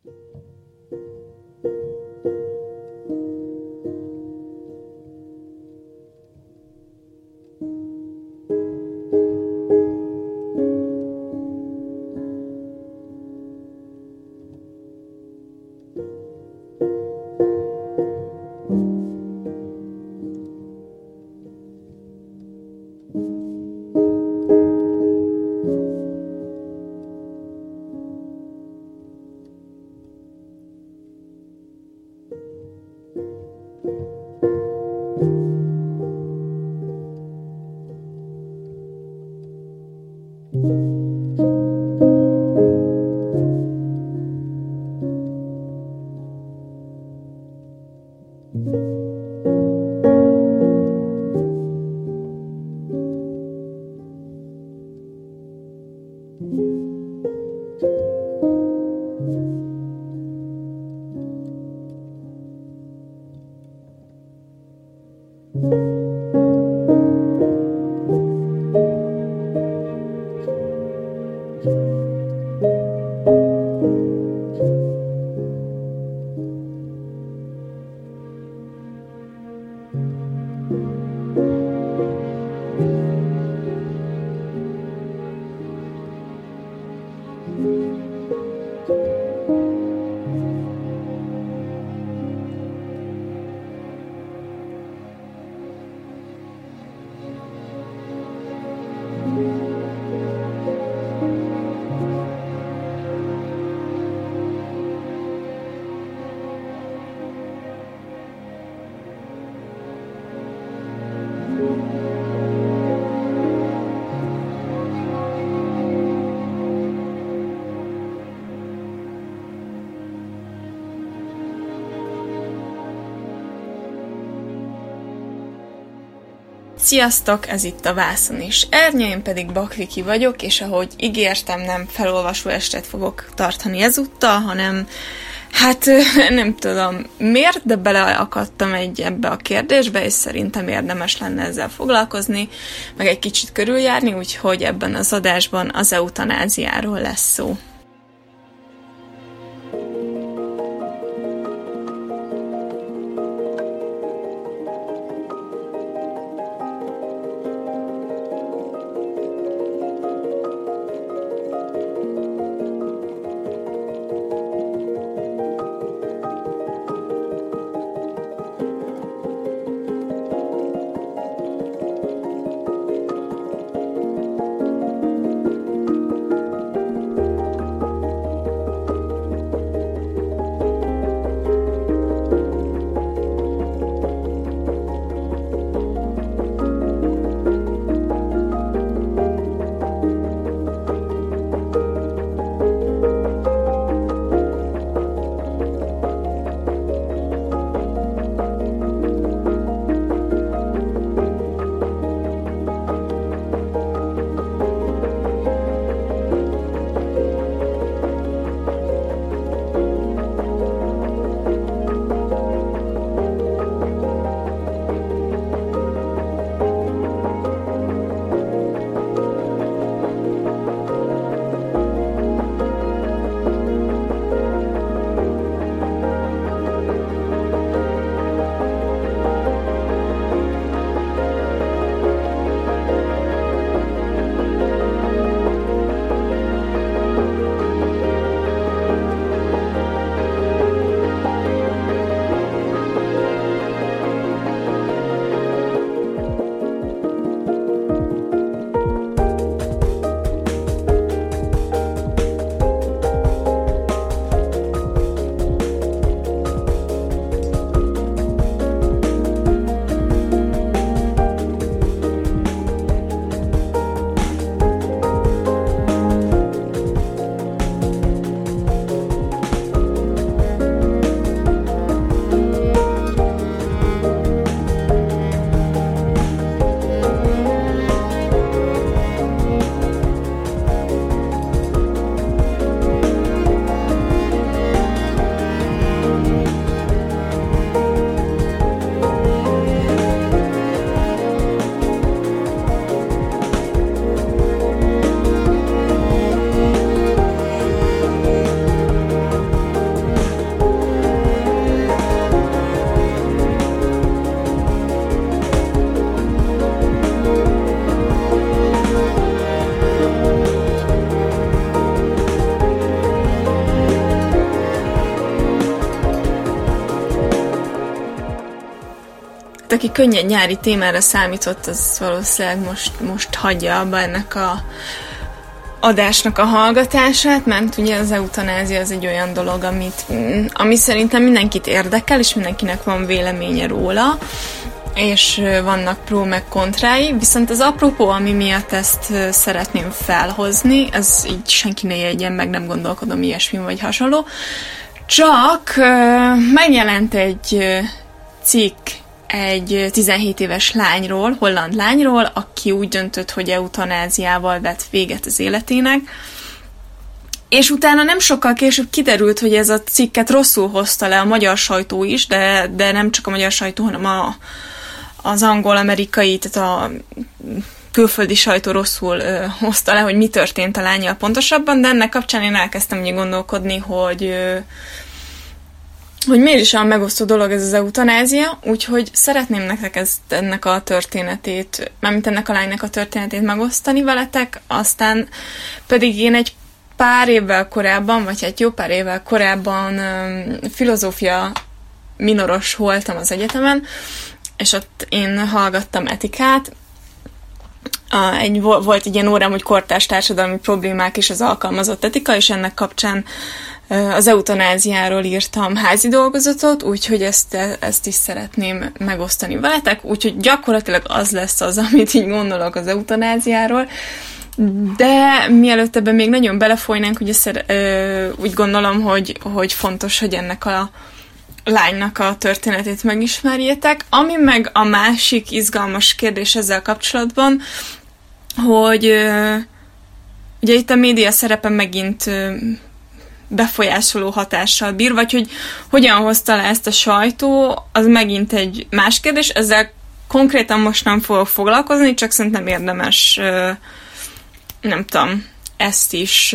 Sziasztok, ez itt a Vászon is Ernya, én pedig Bakviki vagyok, és ahogy ígértem, nem felolvasó estet fogok tartani ezúttal, hanem nem tudom miért, de beleakadtam ebbe a kérdésbe, és szerintem érdemes lenne ezzel foglalkozni, meg egy kicsit körüljárni, úgyhogy ebben az adásban az eutanáziáról lesz szó. hát aki könnyen nyári témára számított, az valószínűleg most hagyja abba ennek a adásnak a hallgatását, mert ugye az eutanázia az egy olyan dolog, ami szerintem mindenkit érdekel, és mindenkinek van véleménye róla, és vannak pró meg kontrái, viszont az apropó, ami miatt ezt szeretném felhozni, ez így senki ne jegyen meg, nem gondolkodom ilyesmi vagy hasonló, csak megjelent egy cikk egy 17 éves lányról, holland lányról, aki úgy döntött, hogy eutanáziával vet véget az életének, és utána nem sokkal később kiderült, hogy ez a cikket rosszul hozta le a magyar sajtó is, de nem csak a magyar sajtó, hanem az angol-amerikai, tehát a külföldi sajtó rosszul hozta le, hogy mi történt a lánnyal pontosabban, de ennek kapcsán én elkezdtem ugye gondolkodni, hogy miért is olyan megosztó dolog ez az eutanázia, úgyhogy szeretném nektek ennek a történetét, mármint ennek a lánynak a történetét megosztani veletek, aztán pedig én egy pár évvel korábban, vagy egy jó pár évvel korábban filozófia minoros voltam az egyetemen, és ott én hallgattam etikát. Volt egy ilyen órám, hogy kortárs társadalmi problémák és az alkalmazott etika, és ennek kapcsán az eutanáziáról írtam házi dolgozatot, úgyhogy ezt is szeretném megosztani veletek, úgyhogy gyakorlatilag az lesz az, amit így gondolok az eutanáziáról, de mielőtt ebben még nagyon belefolynánk, úgy gondolom, hogy fontos, hogy ennek a lánynak a történetét megismerjétek. Ami meg a másik izgalmas kérdés ezzel kapcsolatban, hogy ugye itt a média szerepe megint befolyásoló hatással bír, vagy hogy hogyan hozta le ezt a sajtó, az megint egy más kérdés. Ezzel konkrétan most nem fogok foglalkozni, csak szerintem érdemes, nem tudom, ezt is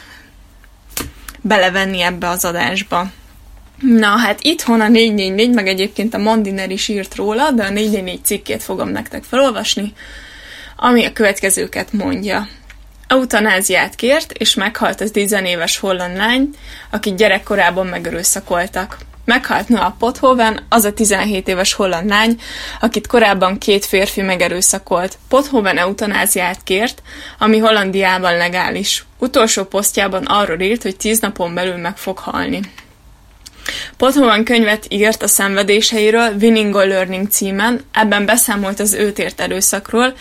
belevenni ebbe az adásba. Na, hát itthon a 444, meg egyébként a Mandiner is írt róla, de a 444 cikkét fogom nektek felolvasni, ami a következőket mondja. Eutanáziát kért, és meghalt az 10 éves holland lány, akit gyerekkorában megerőszakoltak. Meghalt Noah Pothoven, az a 17 éves holland lány, akit korábban 2 férfi megerőszakolt. Pothoven eutanáziát kért, ami Hollandiában legális. Utolsó posztjában arról írt, hogy 10 napon belül meg fog halni. Pothoven könyvet írt a szenvedéseiről, Winning or Learning címen, ebben beszámolt az őt ért erőszakról,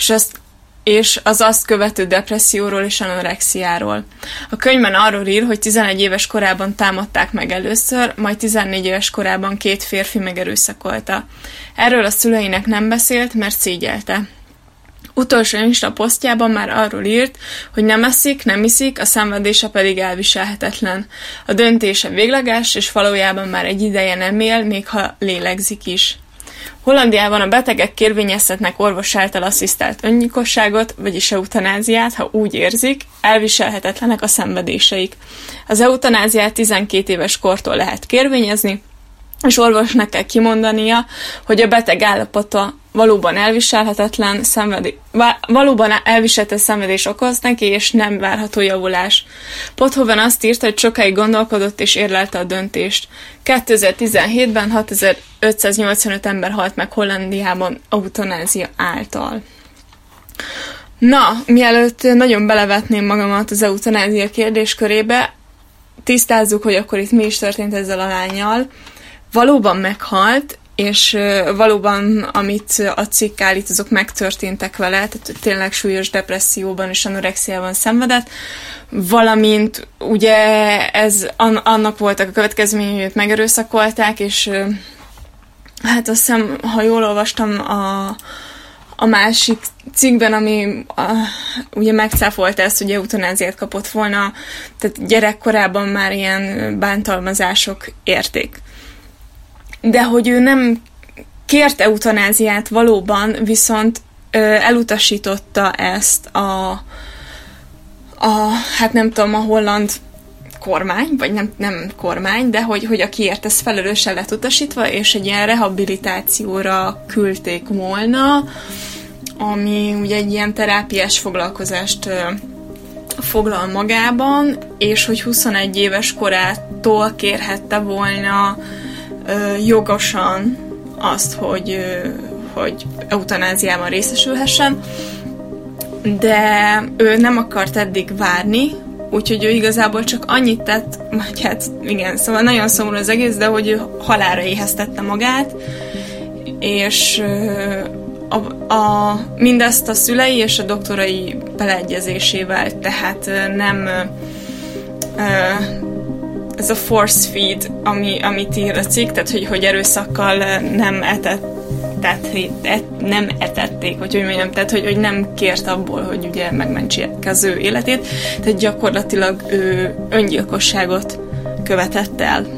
és az azt követő depresszióról és anorexiáról. A könyvben arról ír, hogy 11 éves korában támadták meg először, majd 14 éves korában 2 férfi megerőszakolta. Erről a szüleinek nem beszélt, mert szégyelte. Utolsó Insta posztjában már arról írt, hogy nem eszik, nem iszik, a szenvedése pedig elviselhetetlen. A döntése végleges, és valójában már egy ideje nem él, még ha lélegzik is. Hollandiában a betegek kérvényezhetnek orvos által asszisztált öngyilkosságot, vagyis eutanáziát, ha úgy érzik, elviselhetetlenek a szenvedéseik. Az eutanáziát 12 éves kortól lehet kérvényezni, és orvosnak kell kimondania, hogy a beteg állapota valóban elviselhetetlen, valóban elviselhetetlen szenvedés okoz neki, és nem várható javulás. Pothoven azt írta, hogy sokáig gondolkodott és érlelte a döntést. 2017-ben 6585 ember halt meg Hollandiában eutanázia által. Na, mielőtt nagyon belevetném magamat az eutanázia kérdéskörébe, tisztázzuk, hogy akkor itt mi is történt ezzel a lánnyal. Valóban meghalt, és valóban, amit a cikk állít, azok megtörténtek vele, tehát tényleg súlyos depresszióban és anorexiában szenvedett, valamint ugye annak voltak a következményei, hogy őt megerőszakolták, és hát azt hiszem, ha jól olvastam a másik cikkben, ami ugye megcáfolta ezt, hogy eutanáziát kapott volna, tehát gyerekkorában már ilyen bántalmazások érték. De hogy ő nem kért eutanáziát valóban, viszont elutasította ezt hát nem tudom, a holland kormány, vagy nem kormány, de hogy akiért ez felelősen lett utasítva, és egy ilyen rehabilitációra küldték volna, ami ugye egy ilyen terápiás foglalkozást foglal magában, és hogy 21 éves korától kérhette volna jogosan azt, hogy eutanáziában részesülhessen, de ő nem akart eddig várni, úgyhogy ő igazából csak annyit tett, hogy hát igen, szóval nagyon szomorú az egész, de hogy ő halálra éheztette magát, és mindezt a szülei és a doktorai beleegyezésével, tehát nem ez a force feed, amit ír a cikk, tehát hogy erőszakkal nem etették, vagy hogy mondjam, tehát hogy nem kért abból, hogy ugye megmentsék az ő életét, tehát gyakorlatilag ő öngyilkosságot követett el.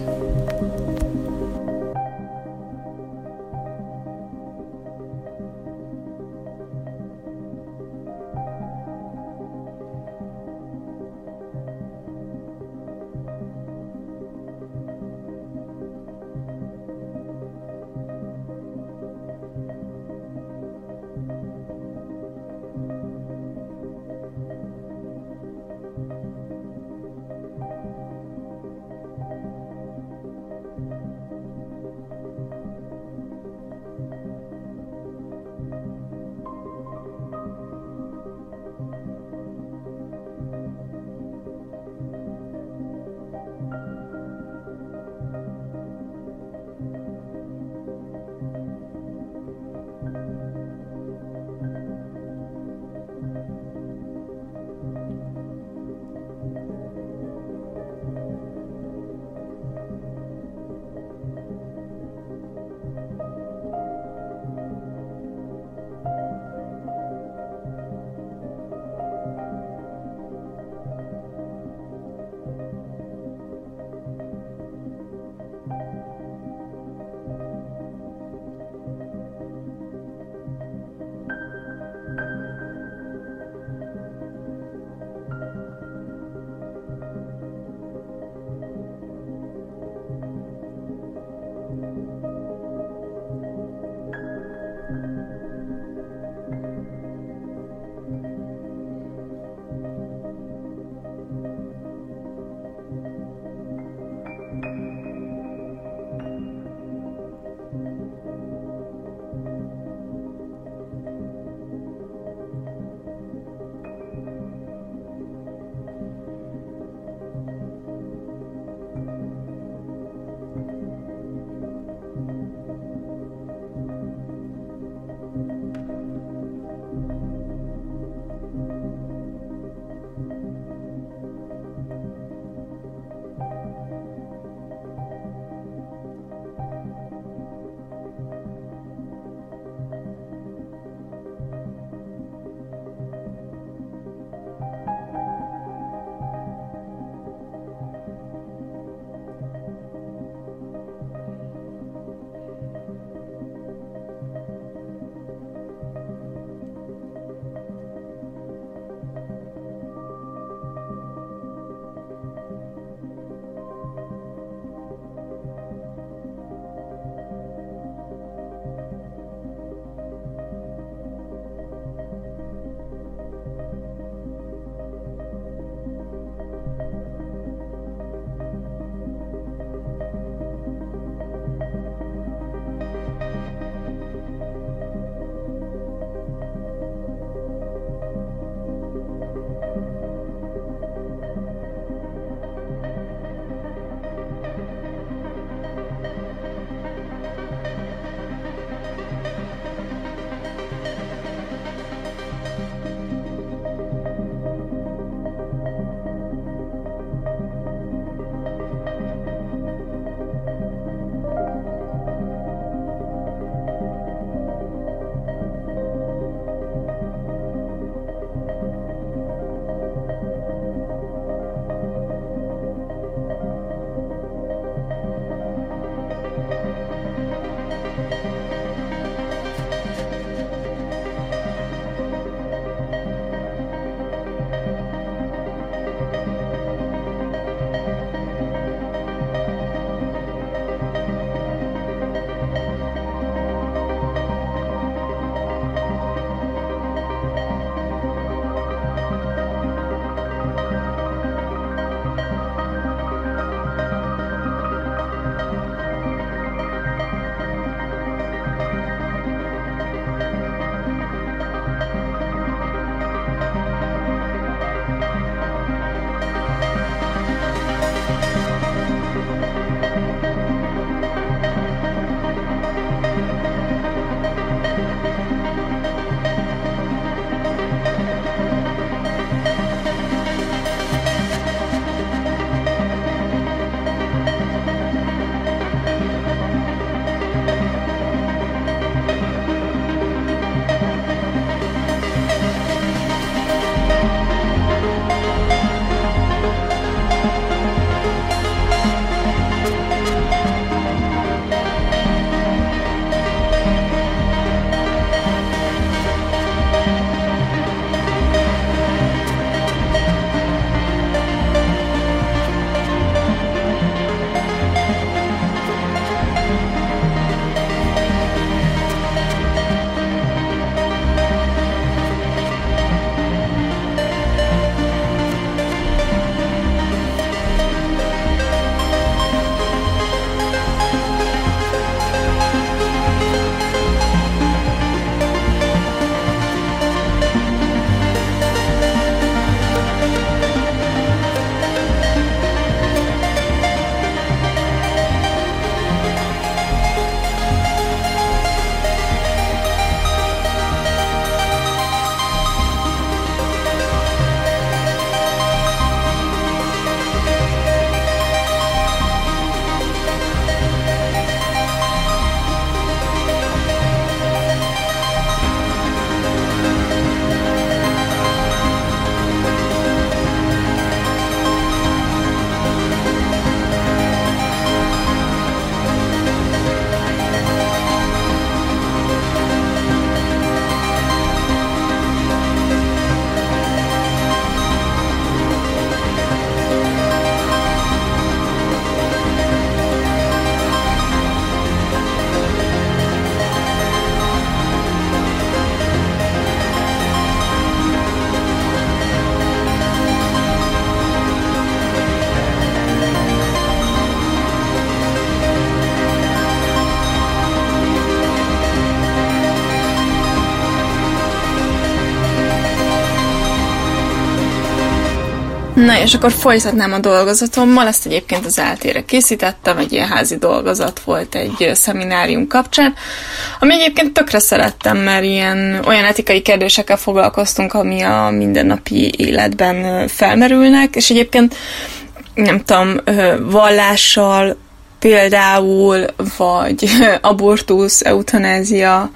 Na, és akkor folytatnám a dolgozatommal, ezt egyébként az eltére készítettem, egy ilyen házi dolgozat volt egy szeminárium kapcsán, ami egyébként tökre szerettem, mert olyan etikai kérdésekkel foglalkoztunk, ami a mindennapi életben felmerülnek, és egyébként nem tudom, vallással például, vagy abortusz, eutanázia,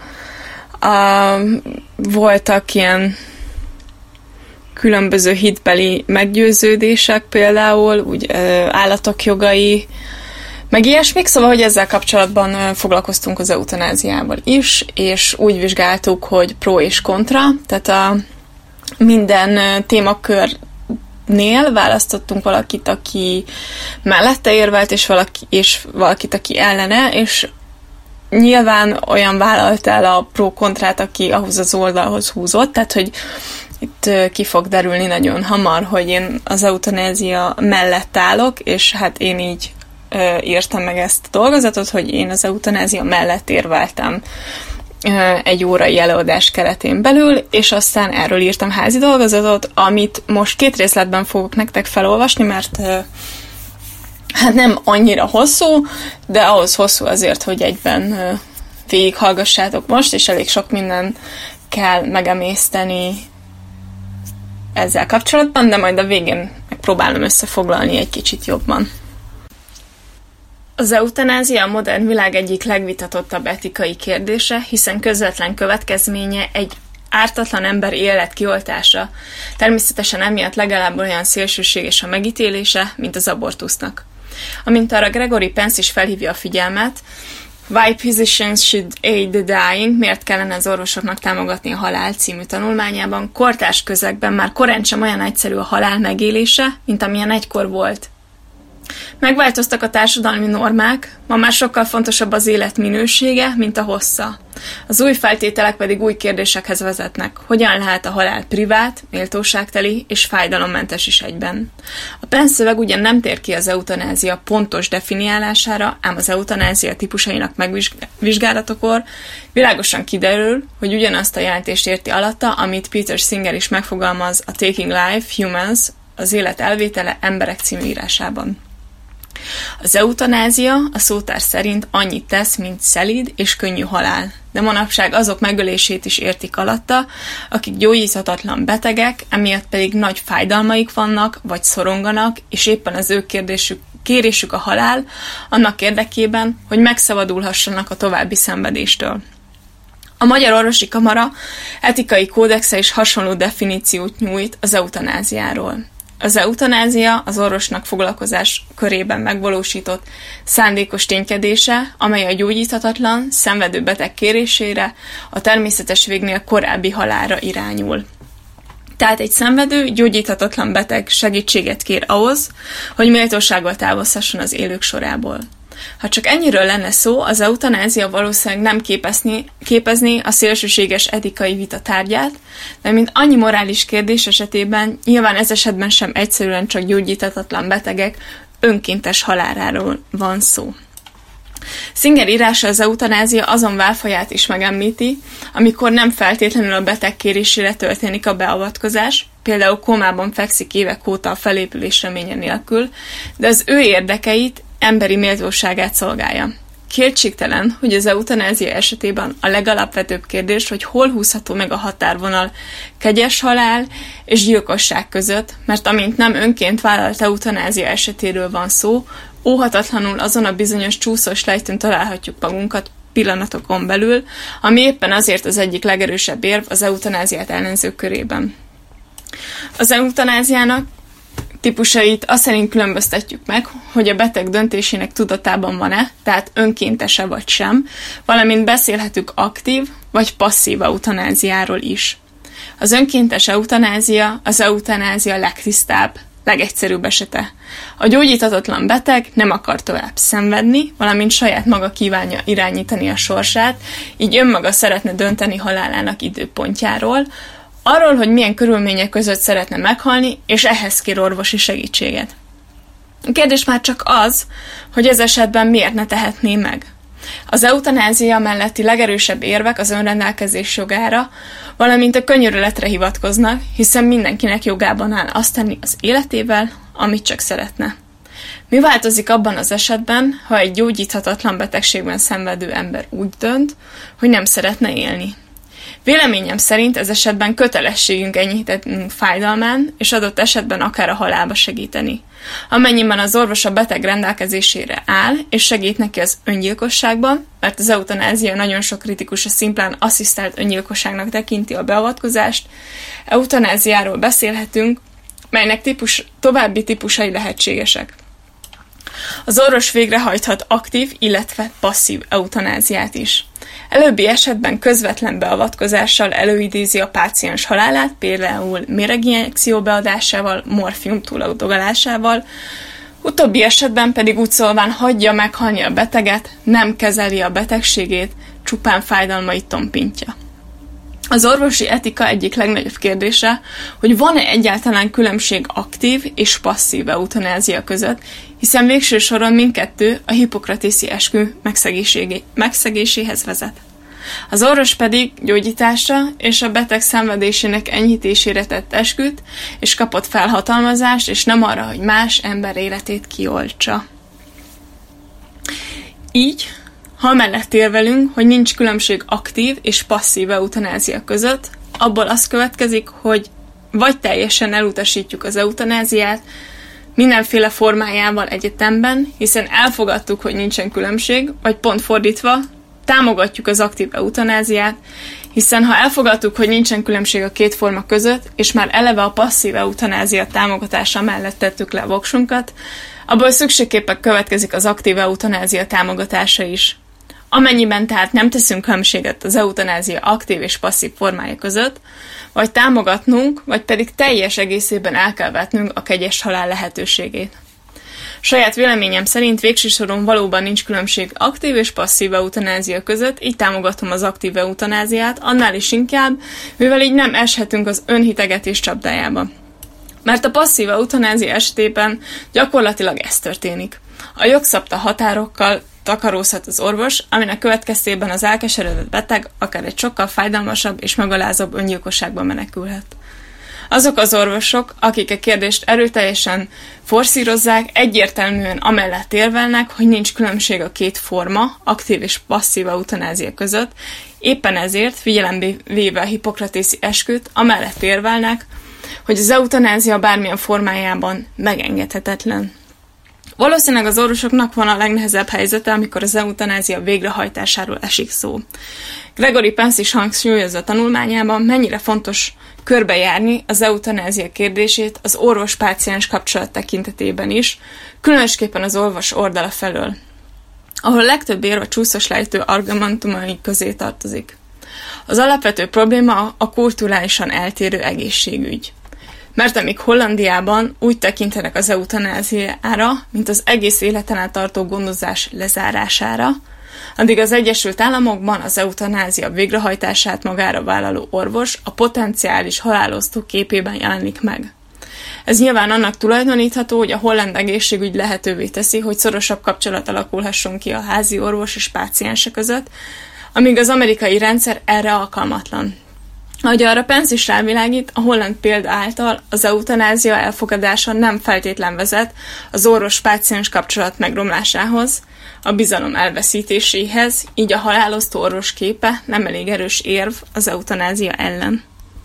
voltak ilyen különböző hitbeli meggyőződések például, úgy állatok jogai, meg ilyesmik, szóval, hogy ezzel kapcsolatban foglalkoztunk az eutanáziával is, és úgy vizsgáltuk, hogy pro és kontra, tehát minden témakörnél választottunk valakit, aki mellette érvelt, és valakit, aki ellene, és nyilván olyan vállalt el a pro-kontrát, aki ahhoz az oldalhoz húzott, tehát, hogy itt ki fog derülni nagyon hamar, hogy én az eutanázia mellett állok, és hát én így írtam meg ezt a dolgozatot, hogy én az eutanázia mellett érveltem egy órai előadás keretén belül, és aztán erről írtam házi dolgozatot, amit most 2 részletben fogok nektek felolvasni, mert hát nem annyira hosszú, de ahhoz hosszú azért, hogy egyben végighallgassátok most, és elég sok minden kell megemészteni ezzel kapcsolatban, de majd a végén megpróbálom összefoglalni egy kicsit jobban. Az eutanázia a modern világ egyik legvitatottabb etikai kérdése, hiszen közvetlen következménye egy ártatlan ember élet kioltása. Természetesen emiatt legalább olyan szélsőséges a megítélése, mint az abortusznak. Amint arra Gregory Pence is felhívja a figyelmet, Why Physicians Should Aid the Dying, miért kellene az orvosoknak támogatni a halál című tanulmányában, kortárs közegben már korán sem olyan egyszerű a halál megélése, mint amilyen egykor volt. Megváltoztak a társadalmi normák, ma már sokkal fontosabb az élet minősége, mint a hossza. Az új feltételek pedig új kérdésekhez vezetnek. Hogyan lehet a halál privát, méltóságteli és fájdalommentes is egyben? A Pence szöveg ugyan nem tér ki az eutanázia pontos definiálására, ám az eutanázia típusainak megvizsgálatakor világosan kiderül, hogy ugyanazt a jelentést érti alatta, amit Peter Singer is megfogalmaz a Taking Life, Humans, az élet elvétele emberek című írásában. Az eutanázia a szótár szerint annyit tesz, mint szelíd és könnyű halál, de manapság azok megölését is értik alatta, akik gyógyíthatatlan betegek, emiatt pedig nagy fájdalmaik vannak, vagy szoronganak, és éppen az ő kérésük a halál, annak érdekében, hogy megszabadulhassanak a további szenvedéstől. A Magyar Orvosi Kamara etikai kódexe is hasonló definíciót nyújt az eutanáziáról. Az eutanázia az orvosnak foglalkozás körében megvalósított szándékos ténykedése, amely a gyógyíthatatlan, szenvedő beteg kérésére, a természetes végnél korábbi halálra irányul. Tehát egy szenvedő, gyógyíthatatlan beteg segítséget kér ahhoz, hogy méltósággal távozhasson az élők sorából. Ha csak ennyiről lenne szó, az eutanázia valószínűleg nem képezné a szélsőséges etikai vita tárgyát, de mint annyi morális kérdés esetében, nyilván ez esetben sem egyszerűen csak gyógyíthatatlan betegek önkéntes haláláról van szó. Singer írása az eutanázia azon válfaját is megemlíti, amikor nem feltétlenül a beteg kérésére történik a beavatkozás, például kómában fekszik évek óta a felépülés reménye nélkül, de az ő érdekeit, emberi méltóságát szolgálja. Kétségtelen, hogy az eutanázia esetében a legalapvetőbb kérdés, hogy hol húzható meg a határvonal kegyes halál és gyilkosság között, mert amint nem önként vállalt eutanázia esetéről van szó, óhatatlanul azon a bizonyos csúszós lejtőn találhatjuk magunkat pillanatokon belül, ami éppen azért az egyik legerősebb érv az eutanáziát ellenzők körében. Az eutanáziának típusait azt szerint különböztetjük meg, hogy a beteg döntésének tudatában van-e, tehát önkéntese vagy sem, valamint beszélhetünk aktív vagy passzív eutanáziáról is. Az önkéntes eutanázia az eutanázia legtisztább, legegyszerűbb esete. A gyógyíthatatlan beteg nem akar tovább szenvedni, valamint saját maga kívánja irányítani a sorsát, így önmaga szeretne dönteni halálának időpontjáról, arról, hogy milyen körülmények között szeretne meghalni, és ehhez kér orvosi segítséget. A kérdés már csak az, hogy ez esetben miért ne tehetné meg. Az eutanázia melletti legerősebb érvek az önrendelkezés jogára, valamint a könyörületre hivatkoznak, hiszen mindenkinek jogában áll azt tenni az életével, amit csak szeretne. Mi változik abban az esetben, ha egy gyógyíthatatlan betegségben szenvedő ember úgy dönt, hogy nem szeretne élni? Véleményem szerint ez esetben kötelességünk enyhítenünk fájdalmán, és adott esetben akár a halálba segíteni. Amennyiben az orvos a beteg rendelkezésére áll, és segít neki az öngyilkosságban, mert az eutanázia nagyon sok kritikus a szimplán asszisztált öngyilkosságnak tekinti a beavatkozást, eutanáziáról beszélhetünk, melynek további típusai lehetségesek. Az orvos végrehajthat aktív, illetve passzív eutanáziát is. Előbbi esetben közvetlen beavatkozással előidézi a páciens halálát, például méreginjekció beadásával, morfium túladagolásával, utóbbi esetben pedig úgy szólván hagyja meghalni a beteget, nem kezeli a betegségét, csupán fájdalmait tompintja. Az orvosi etika egyik legnagyobb kérdése, hogy van-e egyáltalán különbség aktív és passzív eutanázia között, hiszen végső soron mindkettő a hippokratészi eskü megszegéséhez vezet. Az orvos pedig gyógyításra és a beteg szenvedésének enyhítésére tett esküt, és kapott felhatalmazást, és nem arra, hogy más ember életét kioltsa. Így, ha amellett érvelünk, hogy nincs különbség aktív és passzív eutanázia között, abból az következik, hogy vagy teljesen elutasítjuk az eutanáziát, mindenféle formájával egyetemben, hiszen elfogadtuk, hogy nincsen különbség, vagy pont fordítva, támogatjuk az aktív eutanáziát, hiszen ha elfogadtuk, hogy nincsen különbség a két forma között, és már eleve a passzív eutanázia támogatása mellett tettük le a voksunkat, abból szükségképpen következik az aktív eutanázia támogatása is. Amennyiben tehát nem teszünk különbséget az eutanázia aktív és passzív formája között, vagy támogatnunk, vagy pedig teljes egészében el kell vetnünk a kegyes halál lehetőségét. Saját véleményem szerint végső soron valóban nincs különbség aktív és passzív eutanázia között, így támogatom az aktív eutanáziát, annál is inkább, mivel így nem eshetünk az önhitegetés csapdájába. Mert a passzív eutanázia esetében gyakorlatilag ez történik. A jogszabta határokkal takarózhat az orvos, aminek következtében az elkeseredett beteg akár egy sokkal fájdalmasabb és megalázóbb öngyilkosságba menekülhet. Azok az orvosok, akik a kérdést erőteljesen forszírozzák, egyértelműen amellett érvelnek, hogy nincs különbség a két forma, aktív és passzív eutanázia között, éppen ezért figyelembe véve a hippokratészi esküt, amellett érvelnek, hogy az eutanázia bármilyen formájában megengedhetetlen. Valószínűleg az orvosoknak van a legnehezebb helyzete, amikor az eutanázia végrehajtásáról esik szó. Gregory Pence is hangsúlyozza tanulmányában, mennyire fontos körbejárni az eutanázia kérdését az orvos-páciens kapcsolat tekintetében is, különösképpen az orvos oldala felől, ahol a legtöbb érv a csúszós lejtő argumentumai közé tartozik. Az alapvető probléma a kulturálisan eltérő egészségügy. Mert amíg Hollandiában úgy tekintenek az eutanáziára, mint az egész életen át tartó gondozás lezárására, addig az Egyesült Államokban az eutanázia végrehajtását magára vállaló orvos a potenciális halálosztó képében jelenik meg. Ez nyilván annak tulajdonítható, hogy a holland egészségügy lehetővé teszi, hogy szorosabb kapcsolat alakulhasson ki a házi orvos és páciense között, amíg az amerikai rendszer erre alkalmatlan. Ahogy arra Pence is rávilágít, a holland példa által az eutanázia elfogadása nem feltétlen vezet az orvos-páciens kapcsolat megromlásához, a bizalom elveszítéséhez, így a halálosztó orvos képe nem elég erős érv az eutanázia ellen.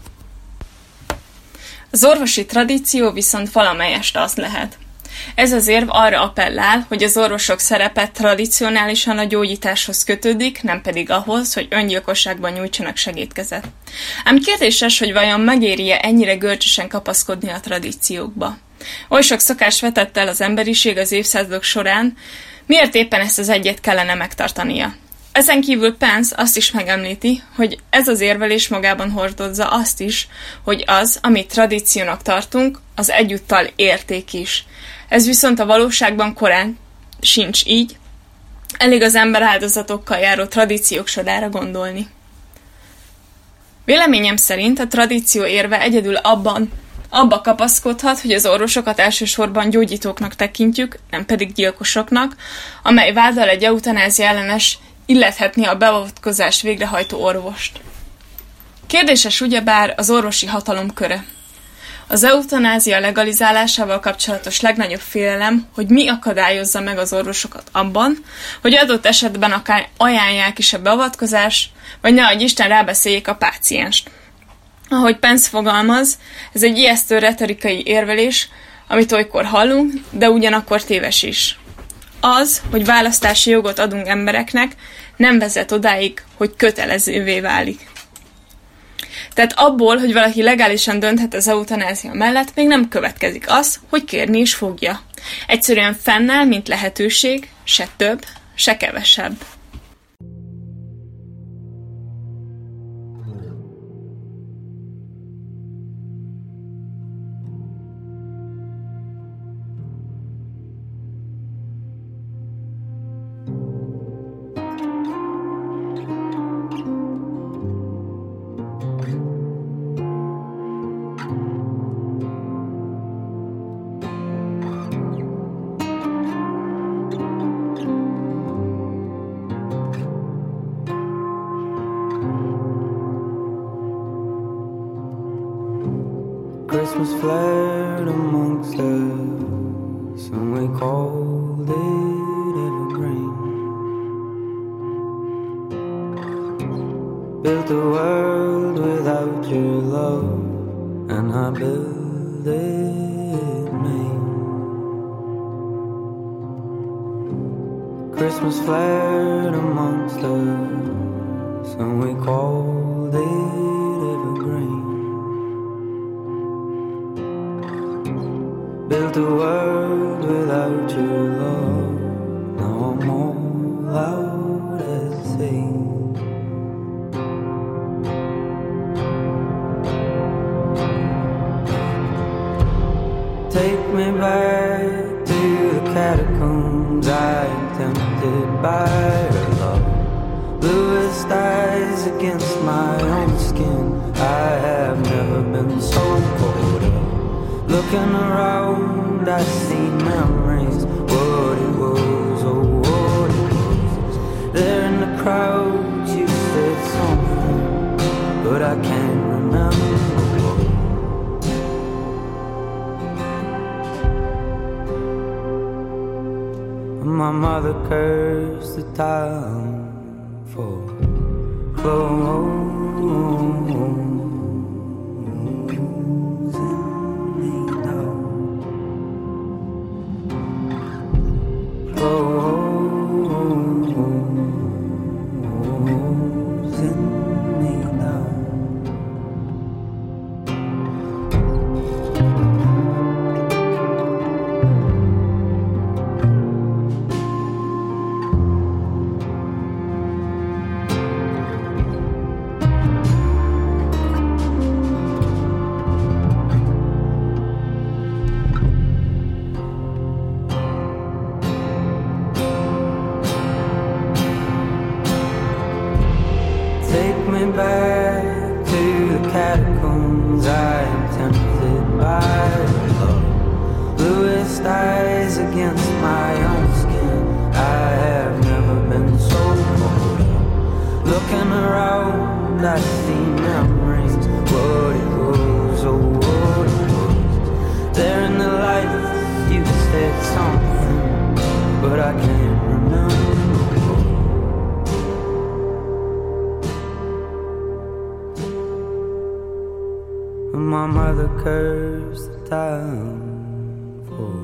Az orvosi tradíció viszont valamelyest az lehet. Ez az érv arra appellál, hogy az orvosok szerepe tradicionálisan a gyógyításhoz kötődik, nem pedig ahhoz, hogy öngyilkosságban nyújtsanak segédkezet. Ám kérdéses, hogy vajon megéri-e ennyire görcsösen kapaszkodni a tradíciókba. Oly sok szokás vetett el az emberiség az évszázadok során, miért éppen ezt az egyet kellene megtartania? Ezen kívül Pence azt is megemlíti, hogy ez az érvelés magában hordozza azt is, hogy az, amit tradíciónak tartunk, az egyúttal érték is. Ez viszont a valóságban korán sincs így, elég az ember áldozatokkal járó tradíciók sorára gondolni. Véleményem szerint a tradíció érve egyedül abba kapaszkodhat, hogy az orvosokat elsősorban gyógyítóknak tekintjük, nem pedig gyilkosoknak, amely váddal egy eutanázia ellenes illethetné a beavatkozás végrehajtó orvost. Kérdéses ugyebár az orvosi hatalom köre. Az eutanázia legalizálásával kapcsolatos legnagyobb félelem, hogy mi akadályozza meg az orvosokat abban, hogy adott esetben akár ajánlják is a beavatkozást, vagy ne adj Isten rábeszéljék a pácienst. Ahogy Pence fogalmaz, ez egy ijesztő retorikai érvelés, amit olykor hallunk, de ugyanakkor téves is. Az, hogy választási jogot adunk embereknek, nem vezet odáig, hogy kötelezővé válik. Tehát abból, hogy valaki legálisan dönthet az eutanázia mellett, még nem következik az, hogy kérni is fogja. Egyszerűen fennáll, mint lehetőség, se több, se kevesebb. Christmas flared amongst us, and we called it evergreen. Built a world without your love, and I built it me. Christmas flared amongst us, and we called it evergreen. Built a world without your love. Now I'm all out at sea. Take me back to the catacombs. I am tempted by your love. Bluest eyes against my own skin. I have never been so cold up. Looking around, I see memories. What it was, oh what it was. There in the crowd, you said something, but I can't remember what. My mother cursed the town for closing. Back to the catacombs, I am tempted by love. Bluest eyes against my own skin. I have never been so cold up. Looking around, I see memories. What it was, oh what it was. There in the lights, you said something, but I can't remember. My mother cursed the town for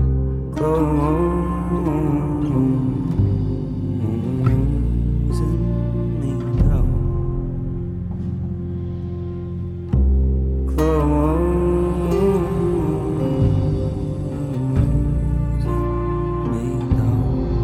closing me down. Closing me down.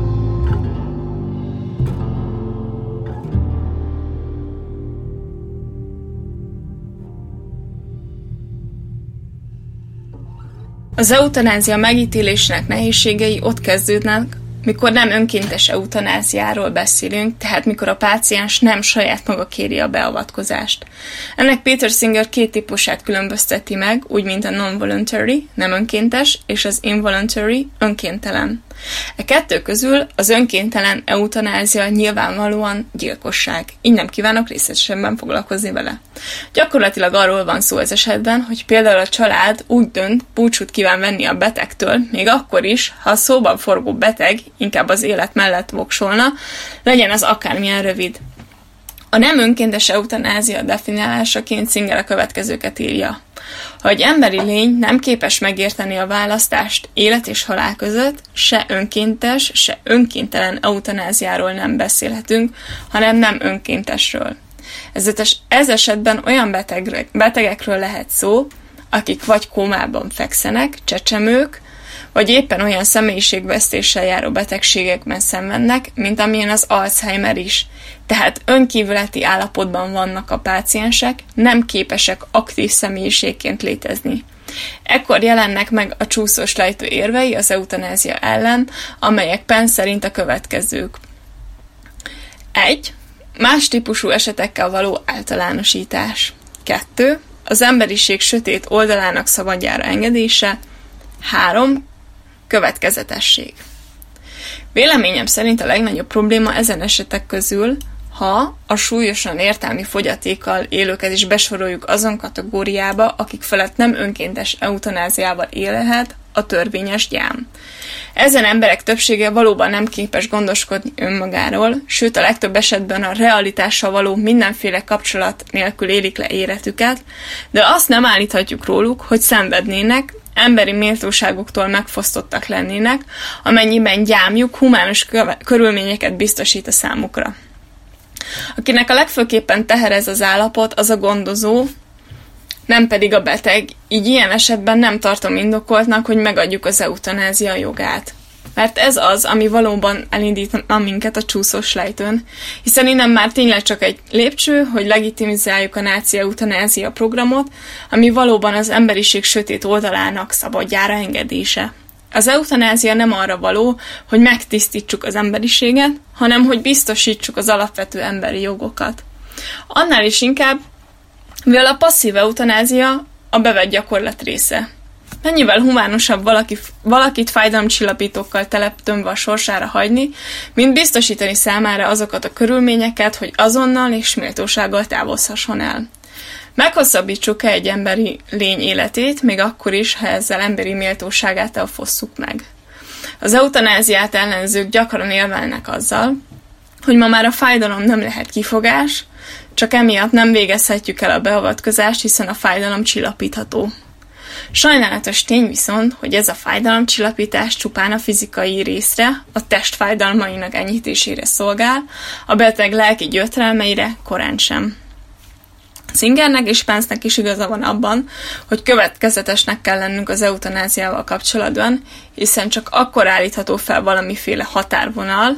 Az eutanázia megítélésének nehézségei ott kezdődnek, mikor nem önkéntes eutanáziáról beszélünk, tehát mikor a páciens nem saját maga kéri a beavatkozást. Ennek Peter Singer két típusát különbözteti meg, úgy mint a non-voluntary, nem önkéntes, és az involuntary, önkéntelen. E kettő közül az önkéntelen eutanázia nyilvánvalóan gyilkosság, így nem kívánok részletesebben foglalkozni vele. Gyakorlatilag arról van szó ez esetben, hogy például a család úgy dönt, búcsút kíván venni a betegtől, még akkor is, ha a szóban forgó beteg inkább az élet mellett voksolna, legyen az akármilyen rövid. A nem önkéntes eutanázia definiálásaként Singer a következőket írja. Ha egy emberi lény nem képes megérteni a választást élet és halál között, se önkéntes, se önkéntelen eutanáziáról nem beszélhetünk, hanem nem önkéntesről. Ez esetben olyan betegekről lehet szó, akik vagy kómában fekszenek, csecsemők, vagy éppen olyan személyiségvesztéssel járó betegségekben szenvednek, mint amilyen az Alzheimer is. Tehát önkívületi állapotban vannak a páciensek, nem képesek aktív személyiségként létezni. Ekkor jelennek meg a csúszós lejtő érvei az eutanázia ellen, amelyek Penn szerint a következők. 1. Más típusú esetekkel való általánosítás. 2. Az emberiség sötét oldalának szabadjára engedése. 3. Következetesség. Véleményem szerint a legnagyobb probléma ezen esetek közül, ha a súlyosan értelmi fogyatékkal élőket is besoroljuk azon kategóriába, akik felett nem önkéntes eutanáziával élhet a törvényes gyám. Ezen emberek többsége valóban nem képes gondoskodni önmagáról, sőt a legtöbb esetben a realitással való mindenféle kapcsolat nélkül élik le életüket, de azt nem állíthatjuk róluk, hogy szenvednének, emberi méltóságoktól megfosztottak lennének, amennyiben gyámjuk humánus körülményeket biztosít a számukra. Akinek a legfőképpen teherez az állapot, az a gondozó, nem pedig a beteg, így ilyen esetben nem tartom indokoltnak, hogy megadjuk az eutanázia jogát. Mert ez az, ami valóban elindítana minket a csúszós lejtőn, hiszen innen már tényleg csak egy lépcső, hogy legitimizáljuk a náci eutanázia programot, ami valóban az emberiség sötét oldalának szabadjára engedése. Az eutanázia nem arra való, hogy megtisztítsuk az emberiséget, hanem hogy biztosítsuk az alapvető emberi jogokat. Annál is inkább, mivel a passzív eutanázia a bevett gyakorlat része. Mennyivel humánusabb valakit fájdalomcsillapítókkal tömve a sorsára hagyni, mint biztosítani számára azokat a körülményeket, hogy azonnal és méltósággal távozhasson el. Meghosszabbítsuk-e egy emberi lény életét, még akkor is, ha ezzel emberi méltóságát elfosszuk meg. Az eutanáziát ellenzők gyakran érvelnek azzal, hogy ma már a fájdalom nem lehet kifogás, csak emiatt nem végezhetjük el a beavatkozást, hiszen a fájdalom csillapítható. Sajnálatos tény viszont, hogy ez a fájdalomcsillapítás csupán a fizikai részre, a test fájdalmainak enyhítésére szolgál, a beteg lelki gyötrelmeire korán sem. Singernek és Pence-nek is igaza van abban, hogy következetesnek kell lennünk az eutanáziával kapcsolatban, hiszen csak akkor állítható fel valamiféle határvonal,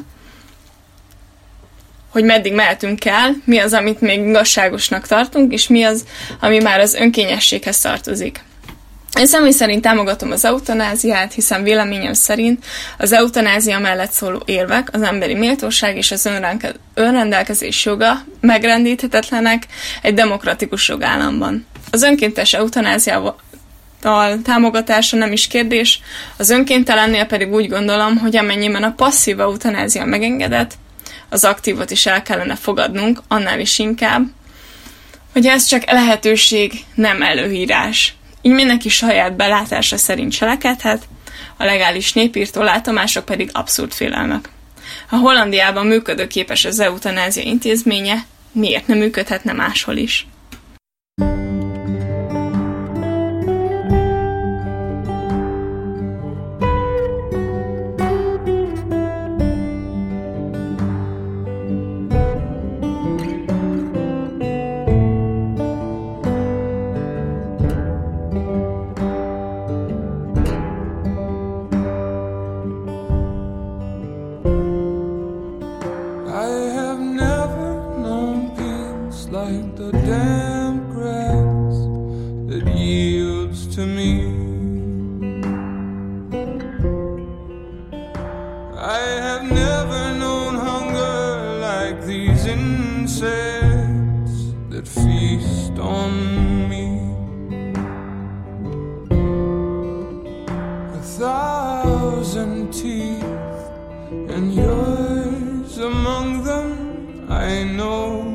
hogy meddig mehetünk el, mi az, amit még igazságosnak tartunk, és mi az, ami már az önkényességhez tartozik. Én személy szerint támogatom az eutanáziát, hiszen véleményem szerint az eutanázia mellett szóló érvek, az emberi méltóság és az önrendelkezés joga megrendíthetetlenek egy demokratikus jogállamban. Az önkéntes eutanáziával támogatása nem is kérdés, az önkéntelennél pedig úgy gondolom, hogy amennyiben a passzív eutanázia megengedett, az aktívot is el kellene fogadnunk, annál is inkább, hogy ez csak lehetőség, nem előírás. Így mindenki saját belátása szerint cselekedhet, a legális népírtó látomások pedig abszurd félelmek. Ha Hollandiában működőképes az eutanázia intézménye, miért nem működhetne máshol is? thousand tears and yours among them, I know.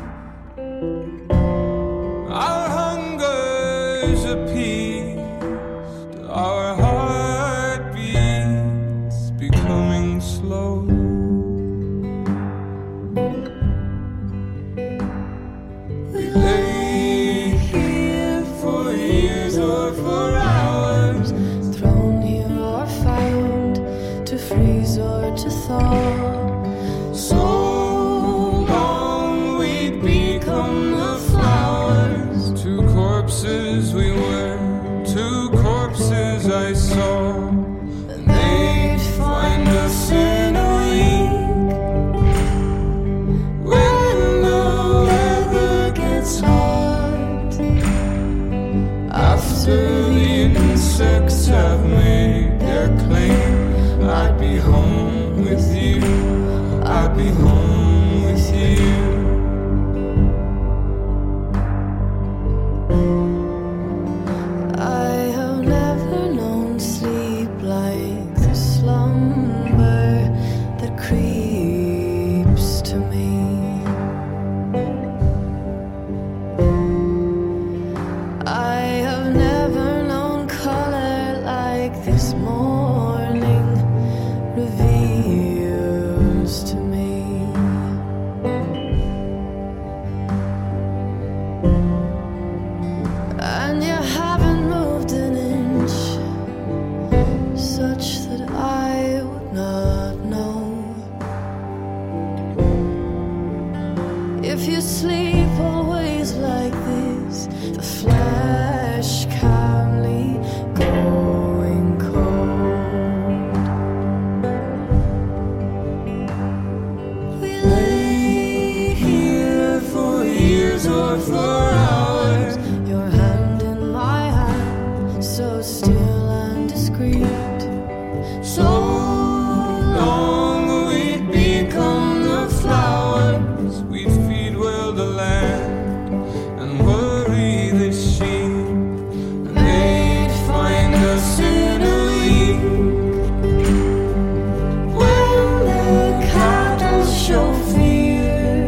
Our hunger's appeased, our heartbeats becoming slow. We lay here for years or for hours, thrown here or found, to freeze or to thaw. So long we'd become the flowers. Two corpses we were, two corpses I saw. And they'd find us in a week, when the weather gets hot. After the insects have made their claim, I'd be home with you, I'd be home with you. I have never known sleep like the slumber that creeps to me. I have never known color like this morning reveals to me. And you haven't moved an inch, such that I would not know. If you sleep always like this, the flesh calmly going cold. We lay here for years or for hours, your hand in my hand, so still and discreet. So long we'd become the flowers, we'd feed well the land and worry the sheep, and they'd find us in a week, when the cattle show fear,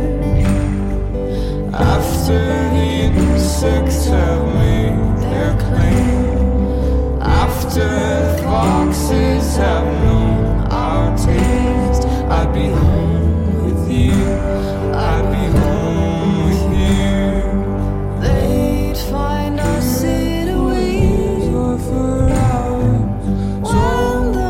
after the insects have made their claim, after foxes have known our taste. I'd be home with you, I'd be home with you. They'd find us in a week, Or for hours, when the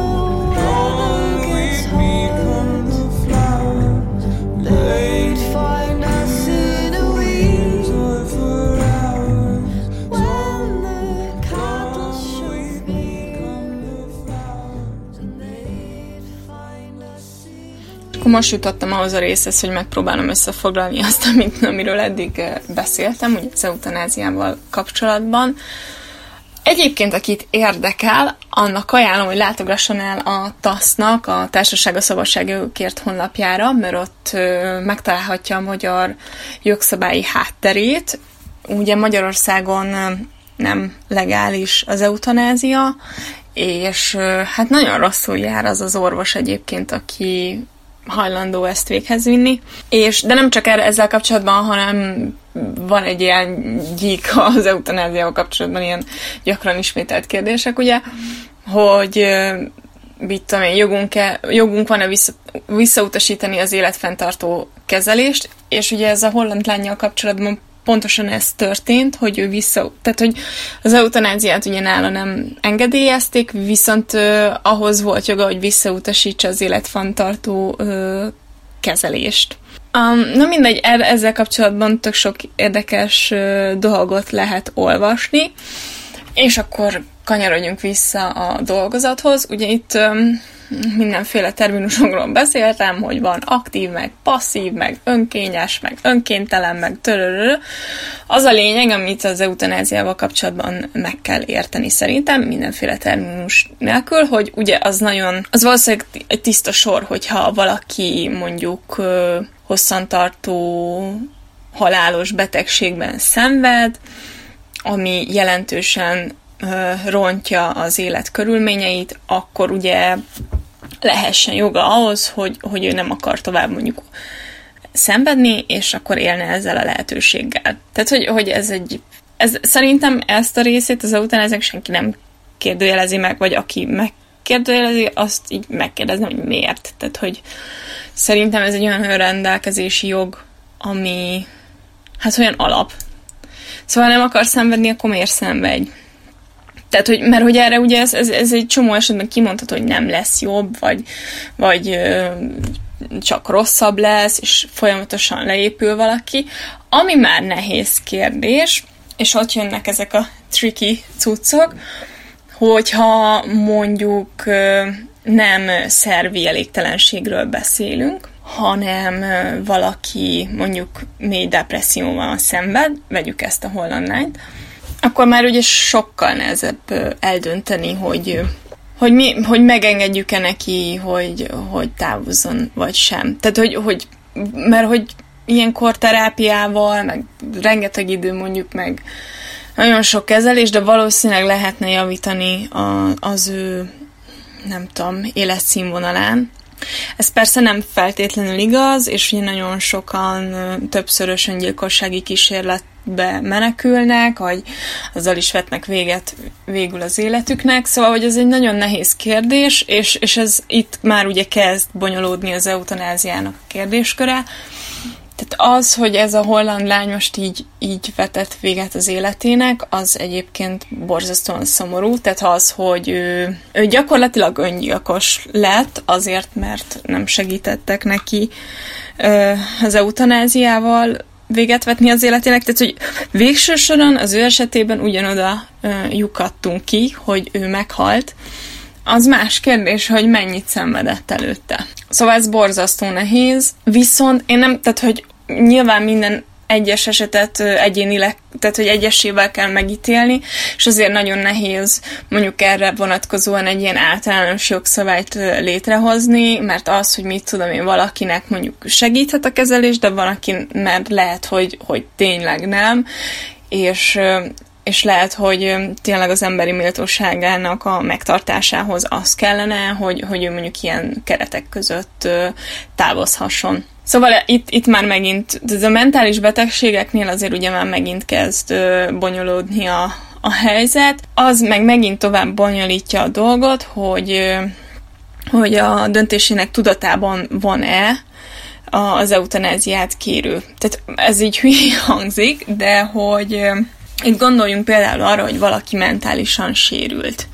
long weather gets we'd become hot. the flowers. They'd find us in a week, Or for hours, when the cattle long show we'd fear, become the flowers. and they'd find us in Akkor most jutottam ahhoz a részhez, hogy megpróbálom összefoglalni azt, amiről eddig beszéltem, ugye az eutanáziával kapcsolatban. Egyébként, akit érdekel, annak ajánlom, hogy látogasson el a TASZ-nak, a Társaság a Szabadságjogokért honlapjára, mert ott megtalálhatja a magyar jogszabályi hátterét. Ugye Magyarországon nem legális az eutanázia, és hát nagyon rosszul jár az az orvos egyébként, aki hajlandó ezt véghez vinni. De nem csak ezzel kapcsolatban, hanem van egy ilyen gyík az eutanáziával kapcsolatban, ilyen gyakran ismételt kérdések, ugye, hogy mit tudom én, jogunk van-e visszautasítani az életfenntartó kezelést, és ugye ez a holland lánnyal kapcsolatban pontosan ez történt, hogy ő tehát hogy az eutanáziát ugye nála nem engedélyezték, viszont ahhoz volt joga, hogy visszautasítsa az életfenntartó kezelést. Na mindegy, ezzel kapcsolatban tök sok érdekes dolgot lehet olvasni, és akkor kanyarodjunk vissza a dolgozathoz. Ugye itt mindenféle terminusokról beszéltem, hogy van aktív, meg passzív, meg önkényes, meg önkéntelen, meg törörő. Az a lényeg, amit az eutanáziával kapcsolatban meg kell érteni szerintem, mindenféle terminus nélkül, hogy ugye az valószínűleg egy tiszta sor, hogyha valaki mondjuk hosszantartó halálos betegségben szenved, ami jelentősen rontja az élet körülményeit, akkor ugye lehessen joga ahhoz, hogy ő nem akar tovább mondjuk szenvedni, és akkor élne ezzel a lehetőséggel. Tehát, hogy szerintem ezt a részét az eutanáziának senki nem kérdőjelezi meg, vagy aki megkérdőjelezi, azt így megkérdezem, hogy miért. Tehát, hogy szerintem ez egy olyan önrendelkezési jog, ami hát olyan alap. Szóval nem akar szenvedni, akkor miért szenvedj? Tehát, mert hogy erre ugye ez egy csomó esetben kimondható, hogy nem lesz jobb, vagy csak rosszabb lesz, és folyamatosan leépül valaki. Ami már nehéz kérdés, és ott jönnek ezek a tricky cuccok, hogyha mondjuk nem szervi elégtelenségről beszélünk, hanem valaki mondjuk mély depresszióval szenved, vegyük ezt a holland lányt, akkor már ugye sokkal nehezebb eldönteni, hogy megengedjük-e neki, hogy távozzon, vagy sem. Tehát, mert hogy ilyenkor terápiával, meg rengeteg idő mondjuk, meg nagyon sok kezelés, de valószínűleg lehetne javítani az ő, nem tudom, életszínvonalán. Ez persze nem feltétlenül igaz, és ugye nagyon sokan többszörös öngyilkossági kísérletbe menekülnek, vagy azzal is vetnek véget végül az életüknek. Szóval, hogy ez egy nagyon nehéz kérdés, és ez itt már ugye kezd bonyolódni az eutanáziának a kérdésköre. Tehát az, hogy ez a holland lány most így vetett véget az életének, az egyébként borzasztóan szomorú. Tehát az, hogy ő gyakorlatilag öngyilkos lett azért, mert nem segítettek neki az eutanáziával véget vetni az életének. Tehát, hogy végső soron az ő esetében ugyanoda lyukadtunk ki, hogy ő meghalt. Az más kérdés, hogy mennyit szenvedett előtte. Szóval ez borzasztó nehéz, viszont én nem, tehát hogy nyilván minden egyes esetet egyénileg, tehát hogy egyesével kell megítélni, és azért nagyon nehéz mondjuk erre vonatkozóan egy ilyen általános jogszabályt létrehozni, mert az, hogy mit tudom én, valakinek mondjuk segíthet a kezelés, de valaki mert lehet, hogy tényleg nem, és lehet, hogy tényleg az emberi méltóságának a megtartásához az kellene, hogy ő mondjuk ilyen keretek között távozhasson. Szóval itt már megint, a mentális betegségeknél azért ugye már megint kezd bonyolódni a helyzet. Az meg megint tovább bonyolítja a dolgot, hogy a döntésének tudatában van-e az eutanáziát kérő. Tehát ez így hülyén hangzik, de hogy itt gondoljunk például arra, hogy valaki mentálisan sérült,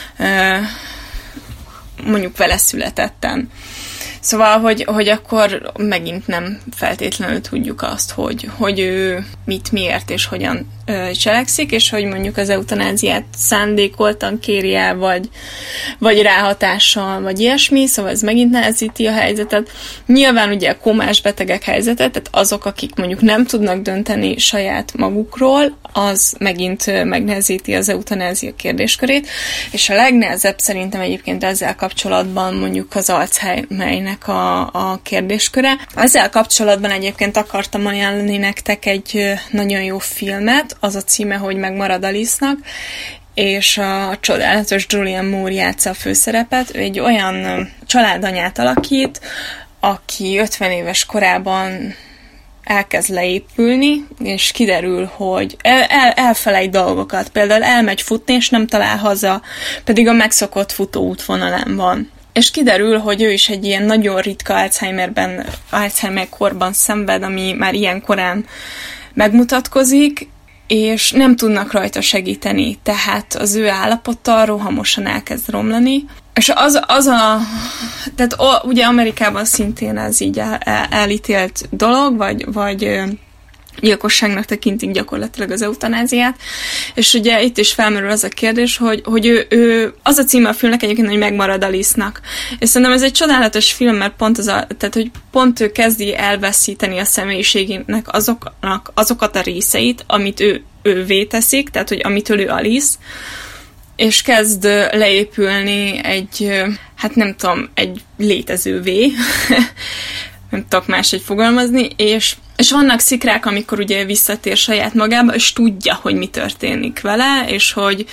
mondjuk vele születetten. Szóval, hogy akkor megint nem feltétlenül tudjuk azt, hogy ő mit, miért és hogyan cselekszik, és hogy mondjuk az eutanáziát szándékoltan kéri el, vagy ráhatással, vagy ilyesmi, szóval ez megint nehezíti a helyzetet. Nyilván ugye a kómás betegek helyzetet, tehát azok, akik mondjuk nem tudnak dönteni saját magukról, az megint megnehezíti az eutanázia kérdéskörét, és a legnehezebb szerintem egyébként ezzel kapcsolatban mondjuk az Alzheimernek a kérdésköre. Ezzel kapcsolatban egyébként akartam ajánlani nektek egy nagyon jó filmet, az a címe, hogy Megmarad Alice-nak, és a csodálatos Julianne Moore játsza a főszerepet. Ő egy olyan családanyát alakít, aki 50 éves korában elkezd leépülni, és kiderül, hogy elfelejt dolgokat. Például elmegy futni, és nem talál haza, pedig a megszokott futóútvonalán van. És kiderül, hogy ő is egy ilyen nagyon ritka Alzheimer korban szenved, ami már ilyen korán megmutatkozik, és nem tudnak rajta segíteni, tehát az ő állapota rohamosan elkezd romlani. És tehát ugye Amerikában szintén ez így elítélt dolog, vagy gyilkosságnak tekintik gyakorlatilag az eutanáziát, és ugye itt is felmerül az a kérdés, hogy ő az a címe a filmnek egyébként, hogy Megmarad Alice-nak. És szerintem ez egy csodálatos film, mert tehát, hogy pont ő kezdi elveszíteni a személyiségének azokat a részeit, amit ővé teszik, tehát, hogy amitől ő Alice, és kezd leépülni egy létezővé, nem tudok máshogy fogalmazni, és vannak szikrák, amikor ugye visszatér saját magába, és tudja, hogy mi történik vele, és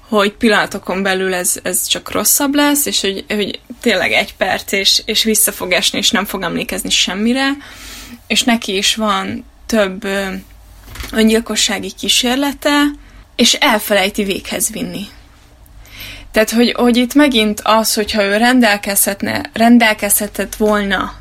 hogy pillanatokon belül ez csak rosszabb lesz, és hogy tényleg 1 perc, és vissza fog esni, és nem fog emlékezni semmire, és neki is van több öngyilkossági kísérlete, és elfelejti véghez vinni. Tehát, hogy itt megint az, hogyha ő rendelkezhetett volna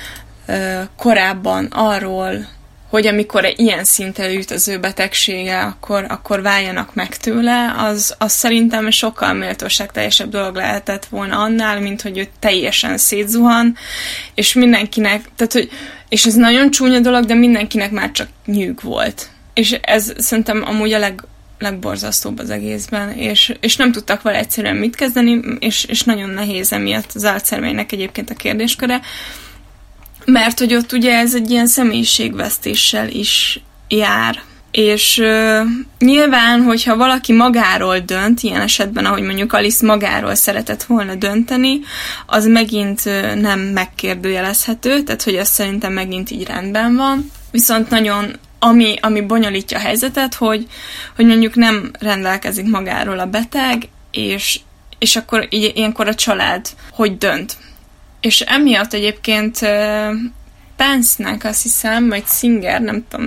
korábban arról, hogy amikor ilyen szintre jut az ő betegsége, akkor váljanak meg tőle, az szerintem sokkal méltóságteljesebb dolog lehetett volna annál, mint hogy ő teljesen szétzuhan, és mindenkinek, és ez nagyon csúnya dolog, de mindenkinek már csak nyűg volt. És ez szerintem amúgy a legborzasztóbb az egészben, és nem tudtak vele egyszerűen mit kezdeni, és nagyon nehéz emiatt az Alzheimernek egyébként a kérdésköre, mert hogy ott ugye ez egy ilyen személyiségvesztéssel is jár. És nyilván, hogyha valaki magáról dönt, ilyen esetben, ahogy mondjuk Alice magáról szeretett volna dönteni, az megint nem megkérdőjelezhető, tehát hogy az szerintem megint így rendben van. Viszont nagyon, ami bonyolítja a helyzetet, hogy mondjuk nem rendelkezik magáról a beteg, és akkor ilyenkor a család hogy dönt. És emiatt egyébként Pence-nek, azt hiszem, vagy Singer, nem tudom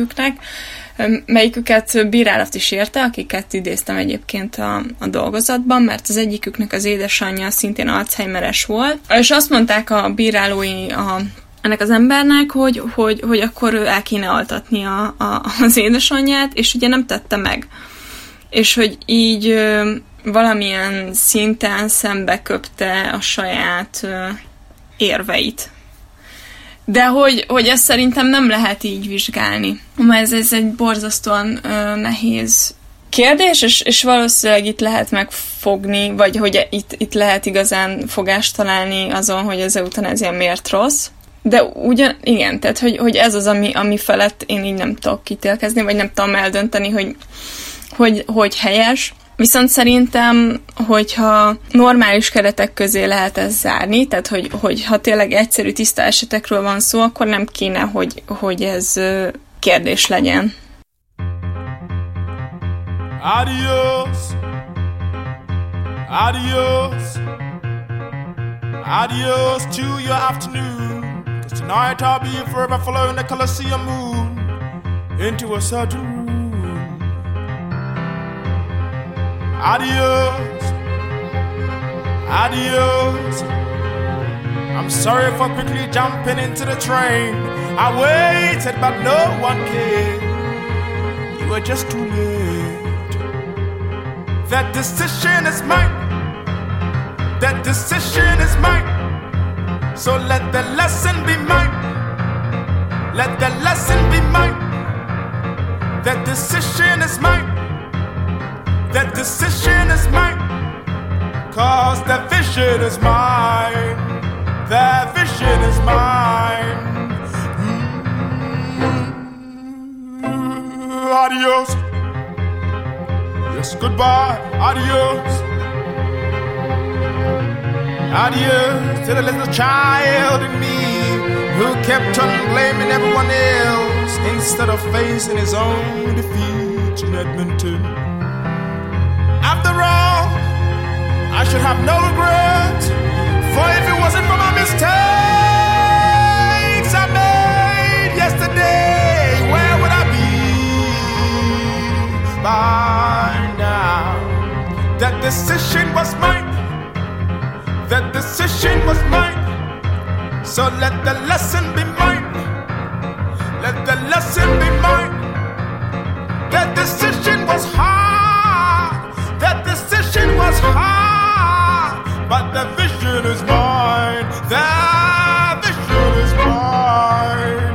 melyiküket bírálat is érte, akiket idéztem egyébként a dolgozatban, mert az egyiküknek az édesanyja szintén Alzheimeres volt, és azt mondták a bírálói ennek az embernek, hogy akkor ő el kéne altatni az édesanyját, és ugye nem tette meg. És hogy így valamilyen szinten szembe köpte a saját érveit. De hogy ezt szerintem nem lehet így vizsgálni. Mert ez egy borzasztóan nehéz kérdés, és valószínűleg itt lehet megfogni, vagy hogy itt lehet igazán fogást találni azon, hogy az eutanázia miért rossz. De igen, tehát hogy ez az, ami felett én így nem tudok kitélkezni, vagy nem tudom eldönteni, hogy helyes. Viszont szerintem, hogyha normális keretek közé lehet ezt zárni, tehát hogy ha tényleg egyszerű, tiszta esetekről van szó, akkor nem kéne, hogy ez kérdés legyen. Adios, adios, adios to your afternoon. 'Cause tonight I'll be forever following the Colosseum moon into a certain room. Adios, adios. I'm sorry for quickly jumping into the train. I waited, but no one came. You were just too late. That decision is mine. That decision is mine. So let the lesson be mine. Let the lesson be mine. That decision is mine. That decision is mine. 'Cause the vision is mine. The vision is mine. Adios. Yes, goodbye. Adios. Adios to the little child in me who kept on blaming everyone else instead of facing his own defeat in Edmonton. After all, I should have no regret, for if it wasn't for my mistakes I made yesterday, where would I be by now? That decision was mine. That decision was mine. So let the lesson be mine. Let the lesson be mine. That decision was hard. That decision was hard. But the vision is mine. The vision is mine.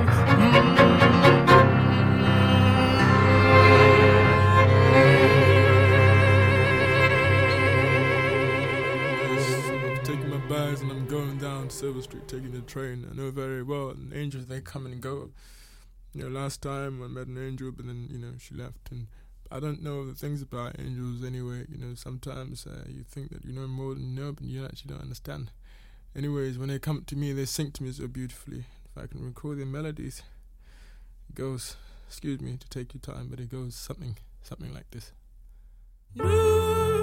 I'm taking my bags and I'm going down Silver Street, taking the train. I know very well, and angels, they come and go. Last time I met an angel, but then, she left, and I don't know the things about angels anyway. Sometimes you think that you know more than you know, but you actually don't understand. Anyways, when they come to me, they sing to me so beautifully. If I can recall their melodies, it goes, excuse me to take your time, but it goes something like this.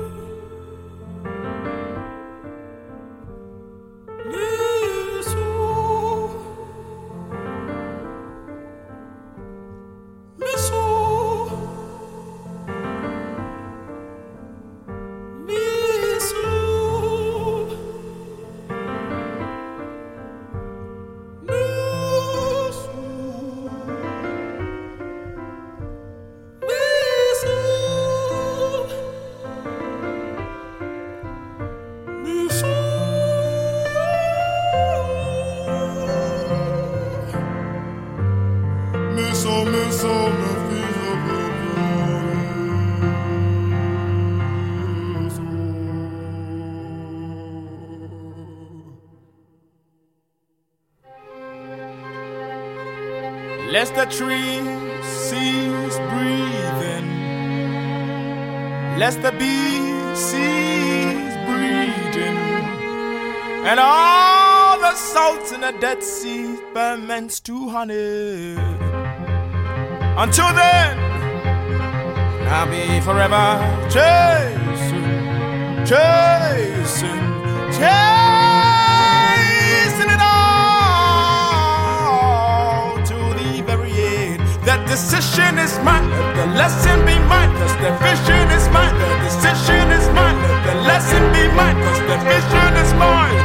lest the trees cease breathing, lest the bees cease breeding, and all the salts in the Dead Sea ferments to honey. Until then, I'll be forever chasing, chasing, chasing it all to the very end. That decision is mine, let the lesson be mine, cause the vision is mine. The decision is mine, let the lesson be mine, cause the vision is mine.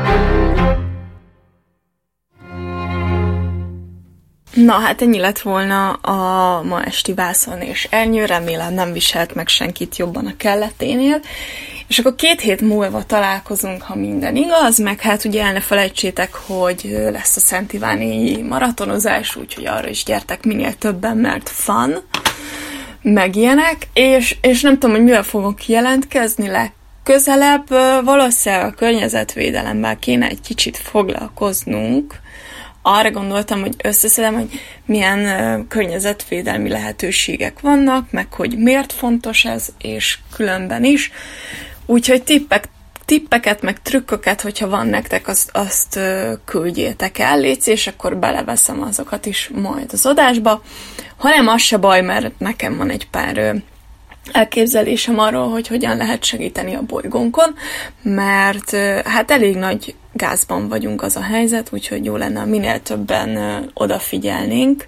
Na hát ennyi lett volna a ma esti vászon és ernyő, remélem nem viselt meg senkit jobban a kelleténél, és akkor 2 hét múlva találkozunk, ha minden igaz, meg hát ugye el ne felejtsétek, hogy lesz a Szent Ivánéi maratonozás, úgyhogy arra is gyertek minél többen, mert fun, meg ilyenek, és nem tudom, hogy mivel fogok jelentkezni legközelebb, valószínűleg a környezetvédelemmel kéne egy kicsit foglalkoznunk. Arra gondoltam, hogy összeszedem, hogy milyen környezetvédelmi lehetőségek vannak, meg hogy miért fontos ez, és különben is. Úgyhogy tippeket, meg trükköket, hogyha van nektek, azt küldjétek el, légy, és akkor beleveszem azokat is majd az adásba. Ha nem, az se baj, mert nekem van egy pár elképzelésem arról, hogy hogyan lehet segíteni a bolygónkon, mert hát elég nagy gázban vagyunk, az a helyzet, úgyhogy jó lenne, minél többen odafigyelnénk.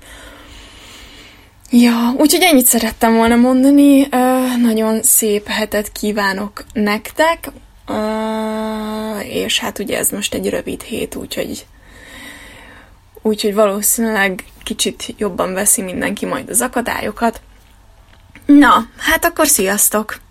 Ja, úgyhogy ennyit szerettem volna mondani, nagyon szép hetet kívánok nektek, és hát ugye ez most egy rövid hét, úgyhogy valószínűleg kicsit jobban veszi mindenki majd az akadályokat. Na, hát akkor sziasztok!